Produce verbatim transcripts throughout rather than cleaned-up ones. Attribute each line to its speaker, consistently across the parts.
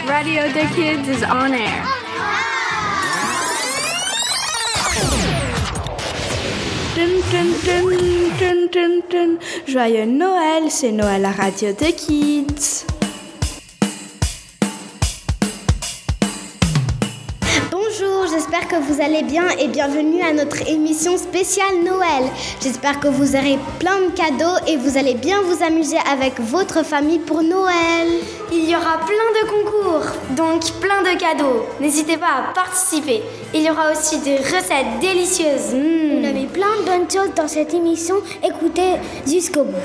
Speaker 1: Radio the Kids is on air.
Speaker 2: Dun, dun, dun, dun, dun, dun. Joyeux Noël, c'est Noël à Radio the Kids.
Speaker 3: Bonjour, j'espère que vous allez bien et bienvenue à notre émission spéciale Noël. J'espère que vous aurez plein de cadeaux et vous allez bien vous amuser avec votre famille pour Noël.
Speaker 4: Il y aura plein de concours, donc plein de cadeaux. N'hésitez pas à participer. Il y aura aussi des recettes délicieuses.
Speaker 3: Mmh. On a mis plein de bonnes choses dans cette émission. Écoutez jusqu'au bout.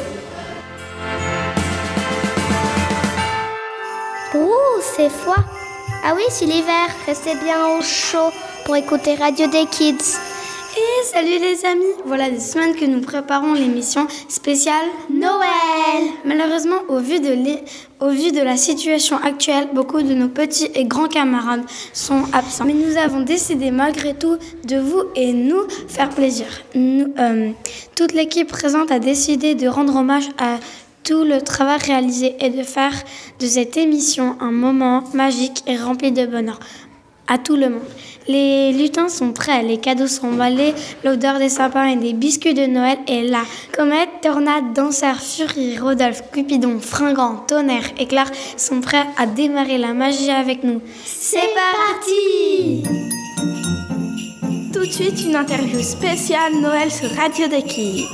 Speaker 3: Oh, c'est froid. Ah oui, c'est l'hiver. Restez bien au chaud pour écouter Radio des Kids.
Speaker 4: Et salut les amis. Voilà des semaines que nous préparons l'émission spéciale
Speaker 3: Noël.
Speaker 4: Malheureusement, au vu de l'é... au vu de la situation actuelle, beaucoup de nos petits et grands camarades sont absents. Mais nous avons décidé malgré tout de vous et nous faire plaisir. Nous, euh, toute l'équipe présente a décidé de rendre hommage à tout le travail réalisé et de faire de cette émission un moment magique et rempli de bonheur à tout le monde. Les lutins sont prêts, les cadeaux sont emballés, l'odeur des sapins et des biscuits de Noël est là. Comète, Tornade, Danseur, Furie, Rodolphe, Cupidon, Fringant, Tonnerre, Éclair sont prêts à démarrer la magie avec nous.
Speaker 3: C'est parti!
Speaker 2: Tout de suite, une interview spéciale Noël sur Radio the Kids.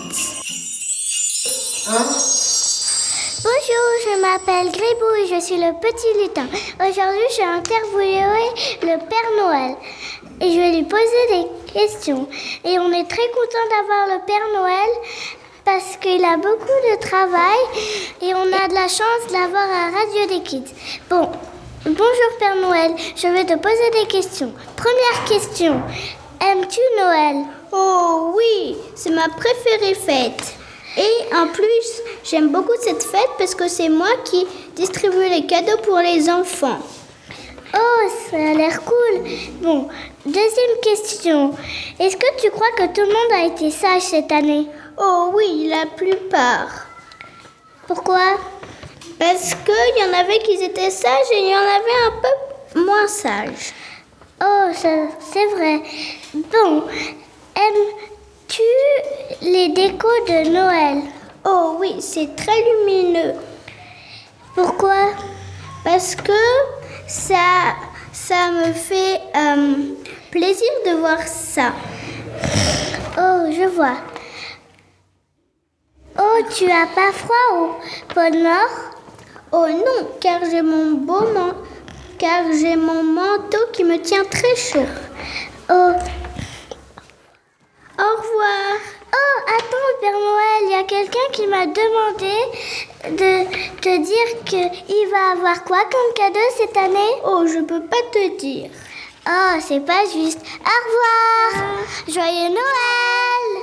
Speaker 3: Hein? Bonjour, je m'appelle Gribou et je suis le petit lutin. Aujourd'hui, j'ai interviewé le Père Noël et je vais lui poser des questions. Et on est très content d'avoir le Père Noël parce qu'il a beaucoup de travail et on a de la chance de l'avoir à Radio des Kids. Bon, bonjour Père Noël, je vais te poser des questions. Première question, aimes-tu Noël? Oh oui, c'est ma préférée fête. Et en plus, j'aime beaucoup cette fête parce que c'est moi qui distribue les cadeaux pour les enfants. Oh, ça a l'air cool. Bon, deuxième question. Est-ce que tu crois que tout le monde a été sage cette année? Oh oui, la plupart. Pourquoi? Parce qu'il y en avait qui étaient sages et il y en avait un peu moins sages. Oh, ça, c'est vrai. Bon, aimes-tu les décos de Noël? Oh oui, c'est très lumineux. Pourquoi? Parce que ça, ça me fait euh, plaisir de voir ça. Oh, je vois. Oh, tu as pas froid au pôle Nord? Oh non, car j'ai mon beau man- car j'ai mon manteau qui me tient très chaud. Oh. Au revoir. Oh, attends, Père Noël, il y a quelqu'un qui m'a demandé de te dire qu'il va avoir quoi comme cadeau cette année? Oh, je peux pas te dire. Oh, c'est pas juste. Au revoir. Ah. Joyeux Noël.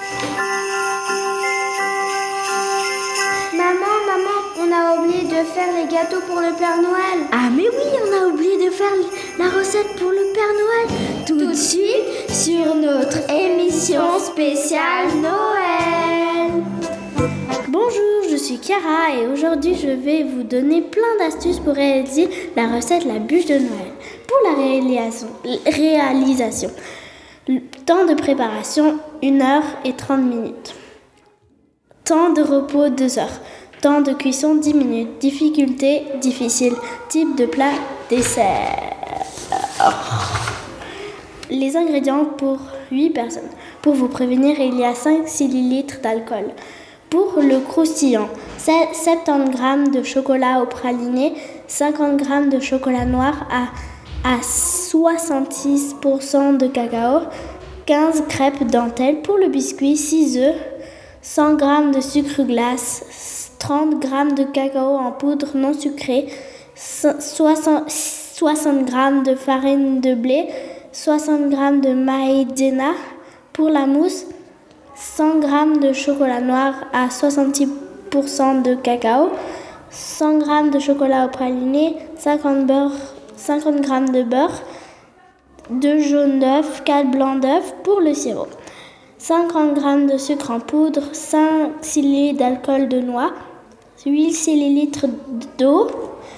Speaker 3: Maman, maman, on a oublié de faire les gâteaux pour le Père Noël. Ah, mais oui, on a oublié de faire la recette pour le Père Noël. Tout, Tout de suite sur notre émission spéciale Noël.
Speaker 2: Bonjour, je suis Chiara et aujourd'hui je vais vous donner plein d'astuces pour réaliser la recette la bûche de Noël. Pour la réalisation, réalisation, temps de préparation une heure et trente minutes. Temps de repos deux heures. Temps de cuisson dix minutes. Difficulté difficile. Type de plat dessert. Les ingrédients pour huit personnes. Pour vous prévenir, il y a cinq millilitres d'alcool. Pour le croustillant, soixante-dix grammes de chocolat au praliné, cinquante grammes de chocolat noir à, à soixante-six pour cent de cacao, quinze crêpes dentelles. Pour le biscuit, six œufs, cent grammes de sucre glace, trente grammes de cacao en poudre non sucrée, soixante grammes de farine de blé, soixante grammes de maïzena. Pour la mousse, cent grammes de chocolat noir à soixante-dix pour cent de cacao, cent grammes de chocolat au praliné, cinquante grammes de beurre, deux jaunes d'œufs, quatre blancs d'œufs. Pour le sirop, cinquante grammes de sucre en poudre, cinq millilitres d'alcool de noix, huit millilitres d'eau.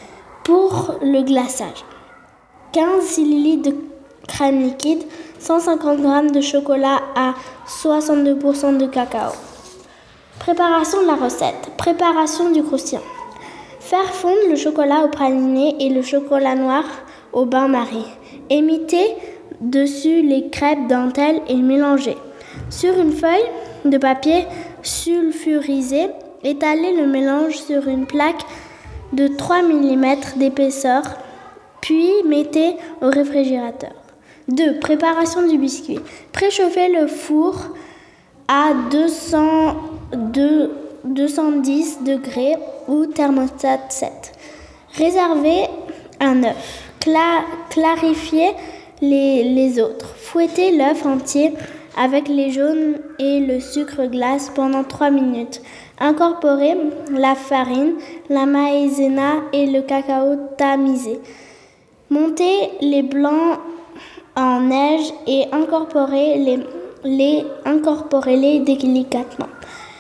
Speaker 2: Pour le glaçage, quinze centilitres de crème liquide, cent cinquante grammes de chocolat à soixante-deux pour cent de cacao. Préparation de la recette. Préparation du croustillant. Faire fondre le chocolat au praliné et le chocolat noir au bain-marie. Émiettez dessus les crêpes dentelles et mélangez. Sur une feuille de papier sulfurisé, étalez le mélange sur une plaque de trois millimètres d'épaisseur, puis mettez au réfrigérateur. deux. Préparation du biscuit. Préchauffez le four à deux cents, deux cent dix degrés ou thermostat sept. Réservez un œuf. Cla- clarifiez les, les autres. Fouettez l'œuf entier avec les jaunes et le sucre glace pendant trois minutes. Incorporez la farine, la maïzena et le cacao tamisé. Montez les blancs en neige et incorporez-les les, incorporez-les délicatement.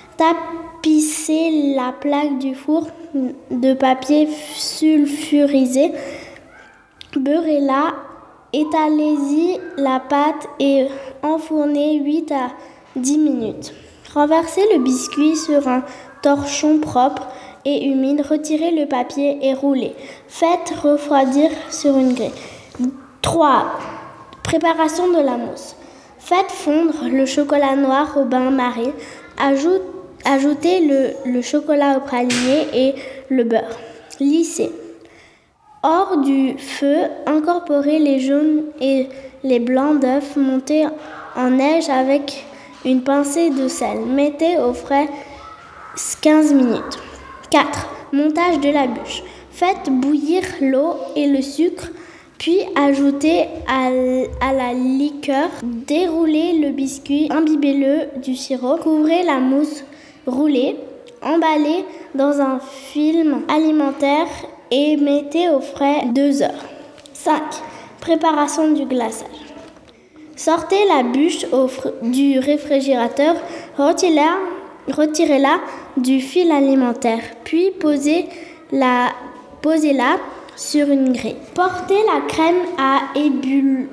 Speaker 2: Tapissez la plaque du four de papier sulfurisé. Beurrez-la, étalez-y la pâte et enfournez huit à dix minutes. Renversez le biscuit sur un torchon propre et humide. Retirez le papier et roulez. Faites refroidir sur une grille. trois. Préparation de la mousse. Faites fondre le chocolat noir au bain-marie. Ajoute, ajoutez le, le chocolat au praliné et le beurre. Lissez. Hors du feu, incorporez les jaunes et les blancs d'œufs montés en neige avec une pincée de sel. Mettez au frais quinze minutes. quatre. Montage de la bûche. Faites bouillir l'eau et le sucre, puis ajoutez à, à la liqueur. Déroulez le biscuit, imbibez-le du sirop. Couvrez la mousse roulée, emballez dans un film alimentaire et mettez au frais deux heures. cinq. Préparation du glaçage. Sortez la bûche au fr- du réfrigérateur, retirez-la, retirez-la du fil alimentaire, puis posez-la, posez-la sur une grille. Portez la crème à ébul-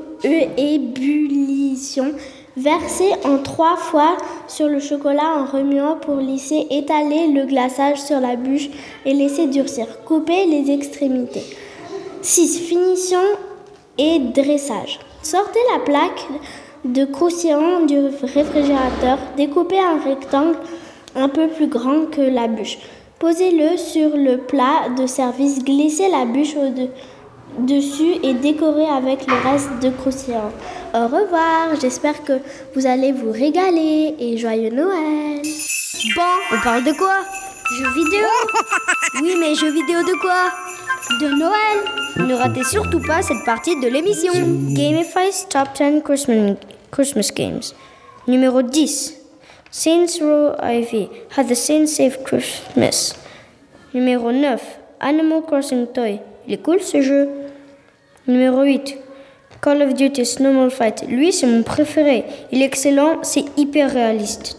Speaker 2: ébullition. Versez en trois fois sur le chocolat en remuant pour lisser. Étalez le glaçage sur la bûche et laissez durcir. Coupez les extrémités. six. Finition et dressage. Sortez la plaque de croustillant du réfrigérateur. Découpez un rectangle un peu plus grand que la bûche. Posez-le sur le plat de service. Glissez la bûche au-dessus et décorez avec le reste de croustillant. Au revoir, j'espère que vous allez vous régaler et joyeux Noël.
Speaker 1: Bon, on parle de quoi? Jeux vidéo? Oui, mais jeux vidéo de quoi? De Noël. Ne ratez surtout pas cette partie de l'émission.
Speaker 5: Gamify's Top ten Christmas, Christmas Games. Numéro dix. Saints Row Ivy had the Saints Save Christmas. Numéro neuf. Animal Crossing Toy. Il est cool ce jeu. Numéro huit. Call of Duty Snowball Fight. Lui, c'est mon préféré. Il est excellent, c'est hyper réaliste.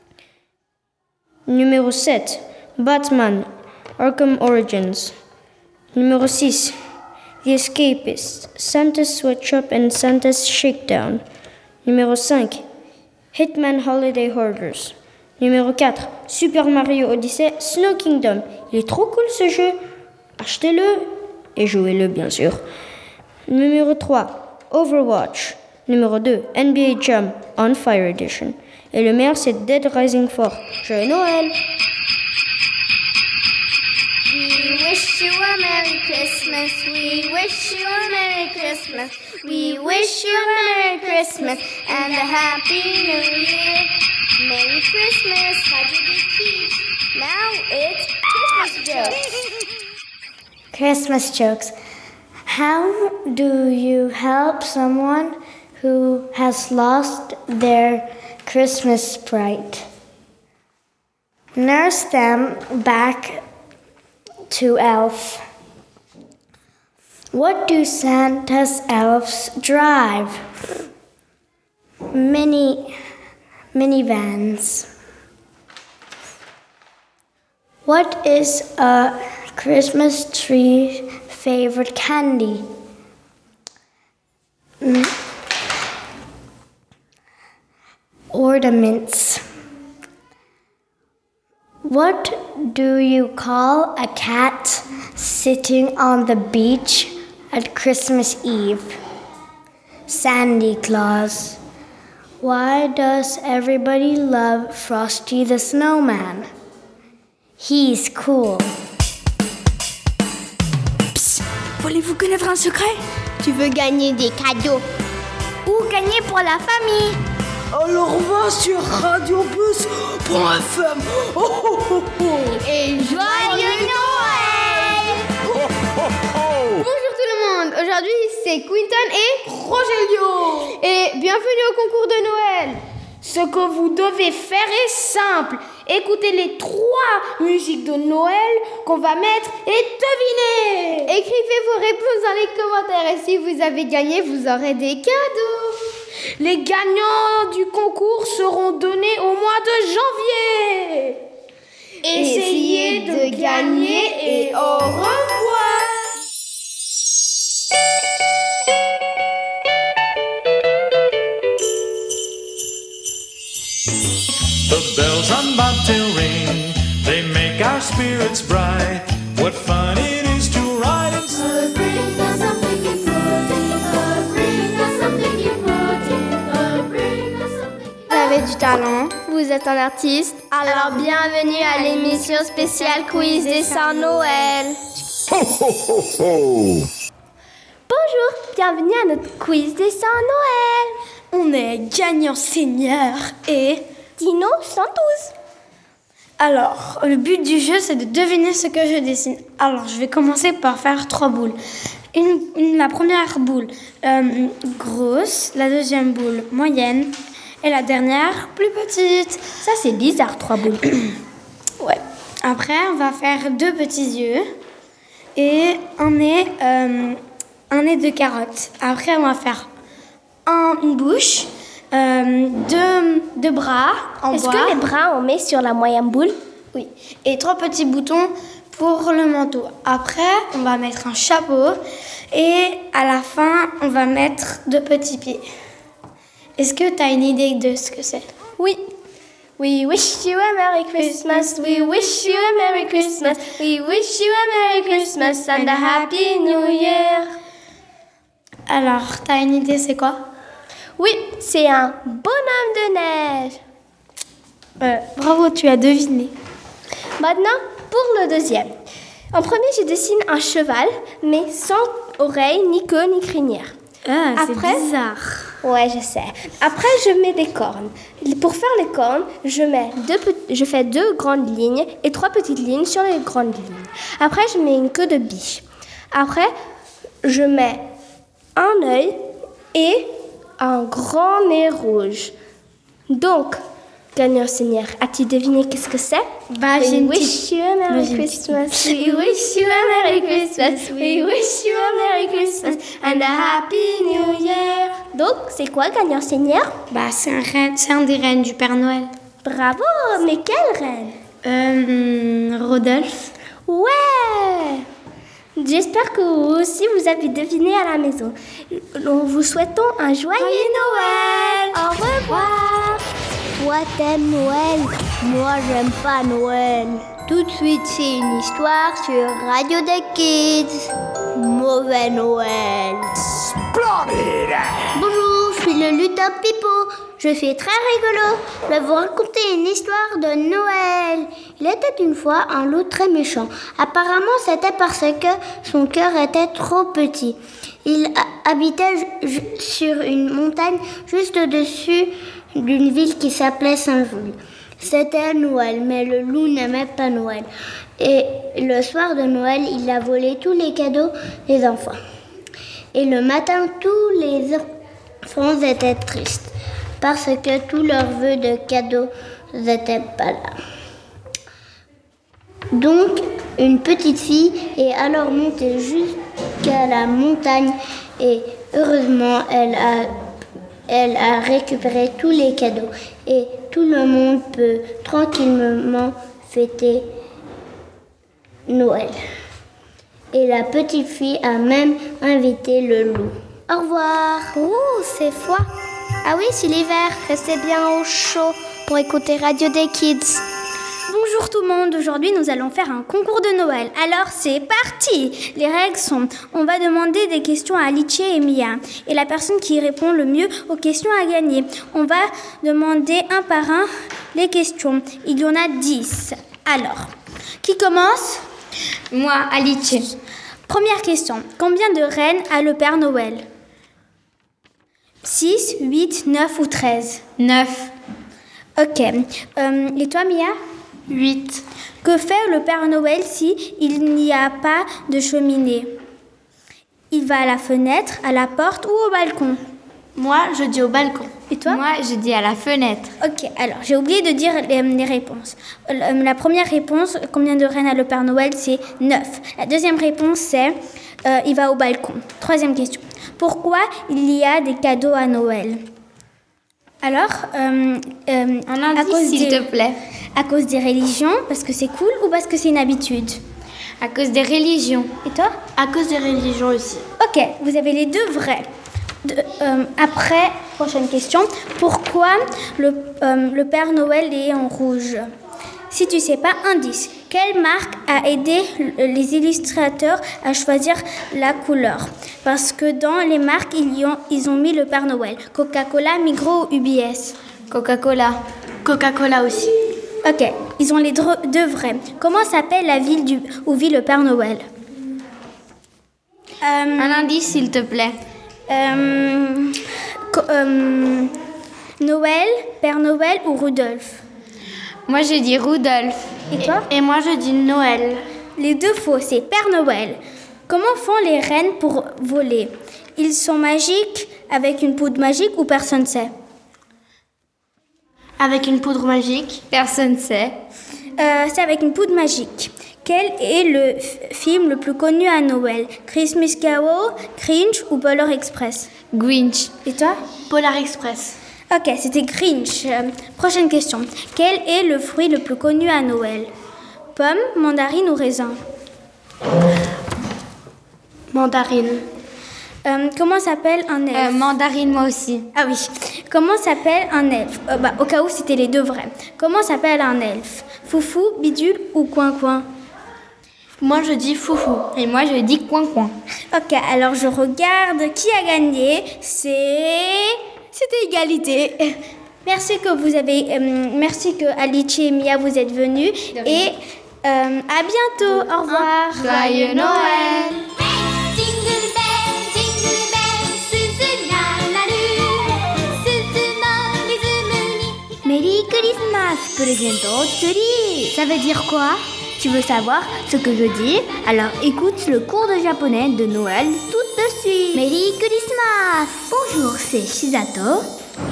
Speaker 5: Numéro sept. Batman Arkham Origins. Numéro six. The Escapist, Santa's Sweatshop and Santa's Shakedown. Numéro cinq. Hitman Holiday Hoarders. Numéro quatre. Super Mario Odyssey Snow Kingdom. Il est trop cool ce jeu. Achetez-le et jouez-le bien sûr. Numéro trois. Overwatch. Numéro deux. N B A Jam On Fire Edition. Et le meilleur c'est Dead Rising four. Joyeux Noël!
Speaker 3: We wish you a Merry Christmas. We wish you a Merry Christmas. We wish you a Merry Christmas and a Happy New Year. Merry Christmas, Happy Kids. Now it's Christmas jokes.
Speaker 6: Christmas jokes. How do you help someone who has lost their Christmas sprite? Nurse them back to elf. What do Santa's elves drive? Mini minivans. What is a Christmas tree favorite candy? Mm. Ornaments. What do you call a cat sitting on the beach at Christmas Eve? Sandy Claus. Why does everybody love Frosty the Snowman? He's cool.
Speaker 4: Psst, voulez-vous connaître un secret?
Speaker 3: Tu veux gagner des cadeaux ou gagner pour la famille?
Speaker 7: Alors va sur radio buzz point f m. Oh, oh, oh, oh.
Speaker 3: Et joyeux Noël!
Speaker 7: Oh, oh, oh.
Speaker 1: Bonjour tout le monde, aujourd'hui c'est Quinton et
Speaker 7: Rogelio.
Speaker 1: Et bienvenue au concours de Noël.
Speaker 7: Ce que vous devez faire est simple. Écoutez les trois musiques de Noël qu'on va mettre et devinez.
Speaker 1: Écrivez vos réponses dans les commentaires et si vous avez gagné, vous aurez des cadeaux.
Speaker 7: Les gagnants du concours seront donnés au mois de janvier. Essayez de gagner et au revoir.
Speaker 8: The bells on Bobtail ring, they make our spirits bright. What fun it is to ride in sleigh.
Speaker 9: Bring us something important, bring us something important, bring us something.
Speaker 2: Vous avez du talent, vous êtes un artiste, alors bienvenue à l'émission spéciale Quiz des Saints Noël.
Speaker 8: Ho, ho, ho, ho.
Speaker 2: Bonjour, bienvenue à notre Quiz des Saints Noël.
Speaker 4: On est gagnant senior et...
Speaker 2: Dino Santos.
Speaker 4: Alors, le but du jeu, c'est de deviner ce que je dessine. Alors, je vais commencer par faire trois boules. Une, une- la première boule euh, grosse, la deuxième boule moyenne et la dernière plus petite.
Speaker 2: Ça c'est bizarre, trois boules.
Speaker 4: Ouais. Après, on va faire deux petits yeux et un nez, euh, un nez de carotte. Après, on va faire un- une bouche, euh, deux, deux bras en
Speaker 2: Est-ce
Speaker 4: bois.
Speaker 2: que les bras on met sur la moyenne boule?
Speaker 4: Oui. Et trois petits boutons pour le manteau. Après, on va mettre un chapeau et à la fin, on va mettre deux petits pieds. Est-ce que tu as une idée de ce que c'est?
Speaker 2: Oui. We wish you a Merry Christmas, we wish you a Merry Christmas, we wish you a Merry Christmas and a Happy New Year.
Speaker 4: Alors, tu as une idée, c'est quoi?
Speaker 2: Oui, c'est un bonhomme de neige.
Speaker 4: Euh, bravo, tu as deviné.
Speaker 2: Maintenant, pour le deuxième. En premier, je dessine un cheval, mais sans oreilles, ni queue, ni crinière.
Speaker 4: Ah,
Speaker 2: Après-
Speaker 4: c'est bizarre.
Speaker 2: Ouais, je sais. Après, je mets des cornes. Pour faire les cornes, je, mets deux, pe- je fais deux grandes lignes et trois petites lignes sur les grandes lignes. Après, je mets une queue de biche. Après, je mets un œil et un grand nez rouge. Donc, gagnant seigneur, as-tu deviné qu'est-ce que c'est?
Speaker 4: Bah, j'ai
Speaker 2: We
Speaker 4: une
Speaker 2: wish you a
Speaker 4: Moi,
Speaker 2: Merry
Speaker 4: j'ai une petite-
Speaker 2: Christmas. We wish you a Merry Christmas. We wish you a Merry Christmas and a Happy New Year. Donc, c'est quoi gagnant seigneur?
Speaker 4: Bah, c'est un, reine- c'est un des reines du Père Noël.
Speaker 2: Bravo, mais quelle reine?
Speaker 4: Euh, Rodolphe.
Speaker 2: Ouais! J'espère que vous aussi vous avez deviné à la maison. Nous vous souhaitons un joyeux Noël! Au revoir!
Speaker 3: Toi t'aimes Noël, moi j'aime pas Noël. Tout de suite c'est une histoire sur Radio des Kids. Mauvais Noël. Bonjour, je suis le lutin Pipo. Je suis très rigolo. Je vais vous raconter une histoire de Noël. Il était une fois un loup très méchant. Apparemment c'était parce que son cœur était trop petit. Il a- habitait ju- ju- sur une montagne juste au-dessus d'une ville qui s'appelait Saint-Jules. C'était Noël, mais le loup n'aimait pas Noël. Et le soir de Noël, il a volé tous les cadeaux des enfants. Et le matin, tous les enfants étaient tristes parce que tous leurs vœux de cadeaux n'étaient pas là. Donc, une petite fille est alors montée jusqu'à la montagne et heureusement, elle a, elle a récupéré tous les cadeaux et tout le monde peut tranquillement fêter Noël. Et la petite fille a même invité le loup. Au revoir.
Speaker 1: Oh, c'est froid. Ah oui, c'est l'hiver. Restez bien au chaud pour écouter Radio des Kids.
Speaker 2: Bonjour tout le monde, aujourd'hui nous allons faire un concours de Noël. Alors c'est parti. Les règles sont, on va demander des questions à Alice et Mia. Et la personne qui répond le mieux aux questions a gagné. On va demander un par un les questions. Il y en a dix. Alors, qui commence?
Speaker 5: Moi, Alice.
Speaker 2: Première question, combien de reines a le Père Noël? six, huit, neuf ou treize?
Speaker 5: neuf.
Speaker 2: Ok. Euh, et toi Mia?
Speaker 5: huit.
Speaker 2: Que fait le Père Noël si il n'y a pas de cheminée? Il va à la fenêtre, à la porte ou au balcon?
Speaker 5: Moi, je dis au balcon.
Speaker 2: Et toi?
Speaker 5: Moi, je dis à la fenêtre.
Speaker 2: Ok, alors j'ai oublié de dire les, les réponses. La, la première réponse, combien de reines a le Père Noël? C'est neuf. La deuxième réponse, c'est euh, il va au balcon. Troisième question. Pourquoi il y a des cadeaux à Noël? Alors, euh, euh,
Speaker 5: Un indice,
Speaker 2: à cause
Speaker 5: s'il
Speaker 2: des-
Speaker 5: te plaît.
Speaker 2: À cause des religions, parce que c'est cool ou parce que c'est une habitude?
Speaker 5: À cause des religions.
Speaker 2: Et toi?
Speaker 5: À cause des religions aussi.
Speaker 2: Ok, vous avez les deux vrais. De- euh, après, prochaine question. Pourquoi le, euh, le Père Noël est en rouge? Si tu sais pas, indice. Quelle marque a aidé l- les illustrateurs à choisir la couleur? Parce que dans les marques, ils, y ont, ils ont mis le Père Noël. Coca-Cola, Migros ou U B S?
Speaker 5: Coca-Cola. Coca-Cola aussi.
Speaker 2: Ok, ils ont les dre- deux vrais. Comment s'appelle la ville du, où vit le Père Noël? Euh,
Speaker 5: Un indice, s'il te plaît.
Speaker 2: euh, co- euh, Noël, Père Noël ou Rudolph?
Speaker 5: Moi, je dis Rudolph.
Speaker 2: Et toi?
Speaker 5: Et moi, je dis Noël.
Speaker 2: Les deux faux, c'est Père Noël. Comment font les rennes pour voler? Ils sont magiques avec une poudre magique ou personne sait?
Speaker 5: Avec une poudre magique. Personne sait.
Speaker 2: Euh, c'est avec une poudre magique. Quel est le f- film le plus connu à Noël? Christmas Carol, Grinch ou Polar Express?
Speaker 5: Grinch.
Speaker 2: Et toi?
Speaker 5: Polar Express.
Speaker 2: Ok, c'était Grinch. Euh, prochaine question. Quel est le fruit le plus connu à Noël? Pomme, mandarine ou raisin?
Speaker 5: Mandarine.
Speaker 2: Euh, comment s'appelle un elfe?
Speaker 5: Euh, mandarine, moi aussi.
Speaker 2: Ah oui. Comment s'appelle un elfe? Euh, bah, au cas où c'était les deux vrais. Comment s'appelle un elfe? Foufou, bidule ou coin-coin?
Speaker 5: Moi, je dis foufou. Et moi, je dis coin-coin.
Speaker 2: Ok, alors je regarde qui a gagné. C'est... C'était égalité. Merci que vous avez... euh, merci que Alice et Mia vous êtes venus. Et euh, à bientôt. Au revoir.
Speaker 5: Joyeux Noël!
Speaker 9: Jingle bell, jingle bell, 鈴が鳴る。鈴のリズムに。
Speaker 1: メリークリスマスプレゼントツリー. Ça veut dire quoi? Tu veux savoir ce que je dis? Alors écoute le cours de japonais de Noël tout de suite. Merry Christmas. Bonjour, c'est Shizato,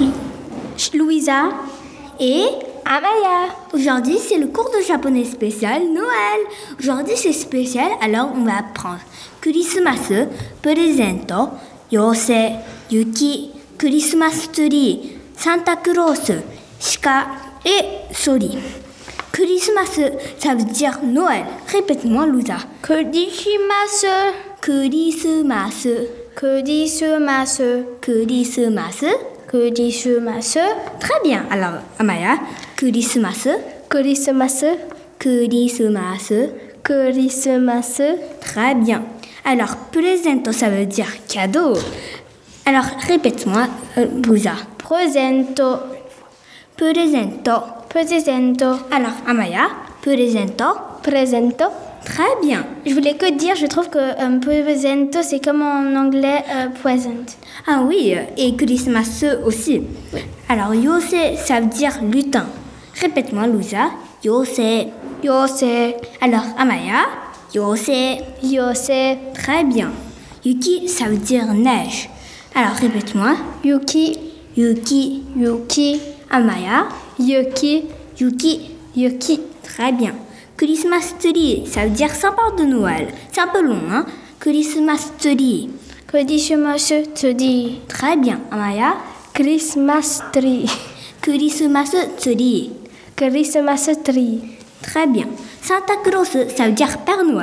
Speaker 2: Louisa.
Speaker 1: et Amaya. Aujourd'hui, c'est le cours de japonais spécial Noël. Aujourd'hui, c'est spécial, alors on va apprendre Christmas, présento, yosei, yuki, Christmas tree, Santa Claus, shika et sori. Christmas, ça veut dire Noël. Répète-moi, Louisa.
Speaker 2: Christmas.
Speaker 1: Christmas,
Speaker 2: Christmas.
Speaker 1: Christmas.
Speaker 2: Christmas.
Speaker 1: Très bien. Alors, Amaya, Christmas,
Speaker 2: Christmas.
Speaker 1: Christmas.
Speaker 2: Christmas.
Speaker 1: Très bien. Alors, presento, ça veut dire cadeau. Alors, répète-moi, euh, Louisa.
Speaker 2: Presento.
Speaker 1: Presento.
Speaker 2: Presento.
Speaker 1: Alors, Amaya, presento.
Speaker 2: Presento.
Speaker 1: Très bien.
Speaker 2: Je voulais que dire, je trouve que euh, presento, c'est comme en anglais euh, present.
Speaker 1: Ah oui, euh, et Christmas aussi. Alors, yosei, ça veut dire lutin. Répète-moi, Louisa. Yosei.
Speaker 2: Yosei.
Speaker 1: Alors, Amaya, yosei.
Speaker 2: Yosei.
Speaker 1: Très bien. Yuki, ça veut dire neige. Alors, répète-moi.
Speaker 2: Yuki.
Speaker 1: Yuki.
Speaker 2: Yuki.
Speaker 1: Amaya,
Speaker 2: Yuki.
Speaker 1: Yuki.
Speaker 2: Yuki.
Speaker 1: Très bien. Christmas tree, ça veut dire sapin de Noël. C'est un peu long, hein? Christmas tree.
Speaker 2: Christmas tree.
Speaker 1: Très bien. Amaya,
Speaker 2: Christmas tree.
Speaker 1: Christmas tree.
Speaker 2: Christmas tree.
Speaker 1: Très bien. Santa Claus, ça veut dire Père Noël.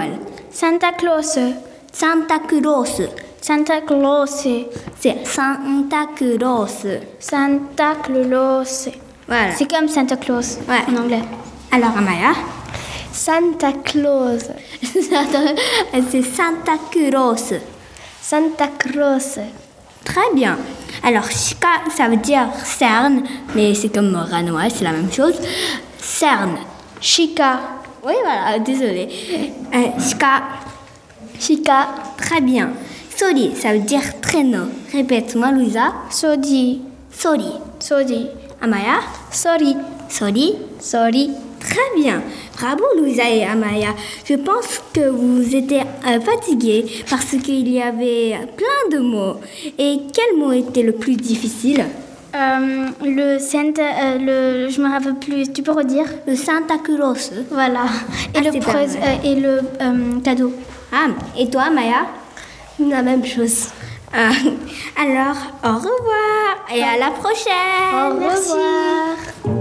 Speaker 2: Santa Claus.
Speaker 1: Santa Claus.
Speaker 2: Santa Claus.
Speaker 1: C'est Santa Claus.
Speaker 2: Santa Claus.
Speaker 1: Voilà.
Speaker 2: C'est comme Santa Claus
Speaker 1: Ouais.
Speaker 2: en anglais.
Speaker 1: Alors, Amaya?
Speaker 2: Santa Claus.
Speaker 1: C'est Santa Claus.
Speaker 2: Santa Claus.
Speaker 1: Très bien. Alors, Chica, ça veut dire cerne, mais c'est comme Rat Noël, c'est la même chose. Cerne.
Speaker 2: Chica.
Speaker 1: Oui, voilà, désolée. Euh, Chica.
Speaker 2: Chica.
Speaker 1: Très bien. Sori, ça veut dire traîneau. Répète-moi, Louisa.
Speaker 2: Sodi.
Speaker 1: Sori.
Speaker 2: Sodi.
Speaker 1: Amaya?
Speaker 2: Sorry.
Speaker 1: Sori.
Speaker 2: Sorry.
Speaker 1: Très bien. Bravo, Louisa et Amaya. Je pense que vous étiez euh, fatigués parce qu'il y avait plein de mots. Et quel mot était le plus difficile?
Speaker 2: Euh, le Santa, euh, le, je me rappelle plus. Tu peux redire?
Speaker 1: Le Santa Claus.
Speaker 2: Voilà. Et
Speaker 1: Ah,
Speaker 2: le
Speaker 1: c'est pas
Speaker 2: prez-
Speaker 1: mal.
Speaker 2: euh, et le euh, cadeau.
Speaker 1: Ah, et toi, Maya?
Speaker 2: La même chose.
Speaker 1: Ah, alors, au revoir et à la prochaine.
Speaker 2: Au revoir.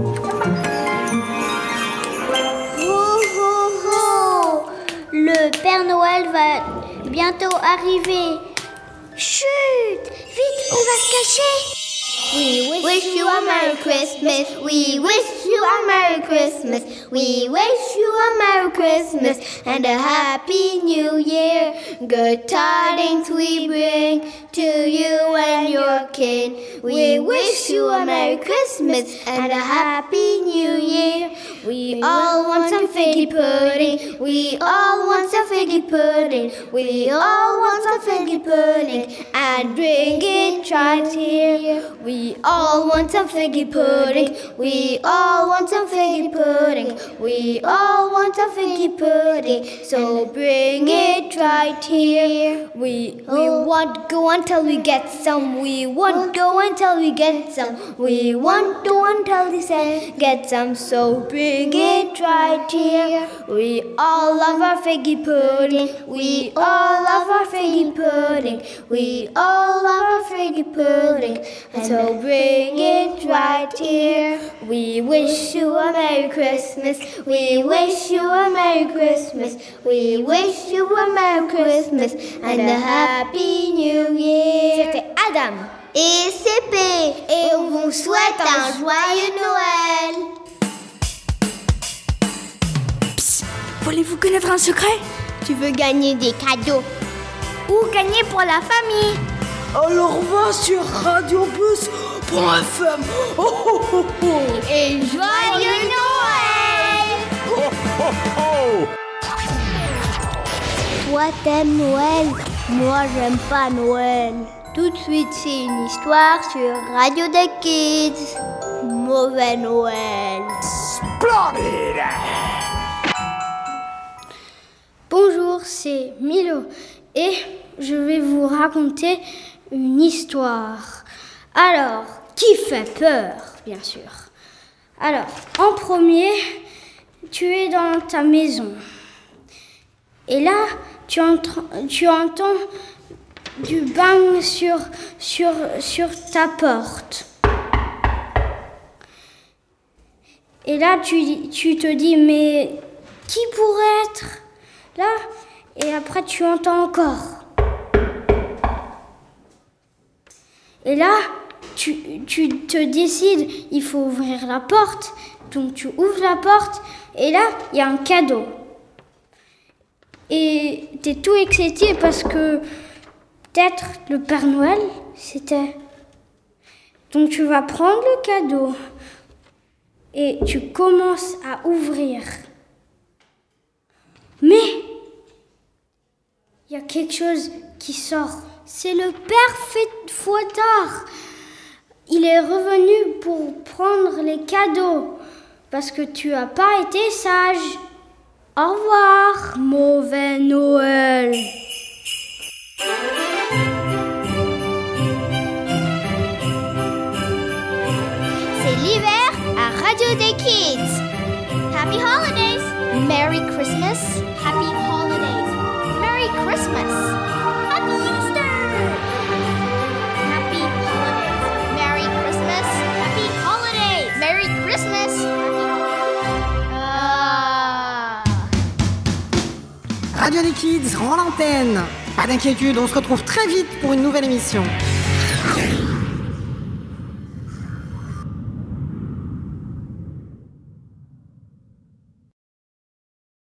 Speaker 3: Ho, ho, ho. Le Père Noël va bientôt arriver. Chut! Vite, on va se cacher.
Speaker 9: We wish you a Merry Christmas. We wish you a Merry Christmas. We wish you a Merry Christmas and a Happy New Year. Good tidings we bring to you and your kin. We wish you a Merry Christmas and a Happy New Year. We all want some figgy pudding. We all want some figgy pudding. We all want some figgy pudding and bring it right here. We all want some figgy pudding. We all want some figgy pudding. We all want some figgy pudding. So bring it right here. We we won't go until we get some. We won't go until we get some. We won't go until we say get some. So bring it right here. We all love our figgy pudding. We all love our figgy pudding. We all love our figgy pudding. And so bring it right here. We wish you a Merry Christmas. We wish you a Merry Christmas. We wish you a Merry Christmas and a Happy New Year. C'était Adam et C P et on vous souhaite un joyeux Noël.
Speaker 1: Psst, voulez-vous connaître un secret?
Speaker 9: Tu veux gagner des cadeaux
Speaker 1: Ou gagner pour la famille?
Speaker 10: Alors va sur radiobus point f m. Oh, oh, oh, oh.
Speaker 9: et joyeux Noël.
Speaker 8: Ho, ho, ho!
Speaker 3: Toi, t'aimes Noël? Moi, j'aime pas Noël. Tout de suite, c'est une histoire sur Radio des Kids. Mauvais Noël.
Speaker 8: Splendid!
Speaker 2: Bonjour, c'est Milo et je vais vous raconter une histoire. Alors, qui fait peur, bien sûr. Alors, en premier, tu es dans ta maison. Et là, tu, entends, tu entends du bang sur, sur, sur ta porte. Et là, tu, tu te dis, mais qui pourrait être là? Et après, tu entends encore. Et là, tu, tu te décides, il faut ouvrir la porte. Donc, tu ouvres la porte et là, il y a un cadeau. Et tu es tout excité parce que peut-être le Père Noël, c'était... Donc, tu vas prendre le cadeau et tu commences à ouvrir. Mais il y a quelque chose qui sort. C'est le Père Fouettard. Il est revenu pour prendre les cadeaux parce que tu n'as pas été sage. Au revoir, mauvais Noël.
Speaker 9: C'est l'hiver à Radio des Kids. Happy Holidays. Merry Christmas. Happy Holidays. Merry Christmas. Happy Easter. Happy Holidays. Merry Christmas. Happy Holidays. Merry Christmas. Happy Holidays. Ah.
Speaker 11: Radio des Kids rend l'antenne. Pas d'inquiétude, on se retrouve très vite pour une nouvelle émission.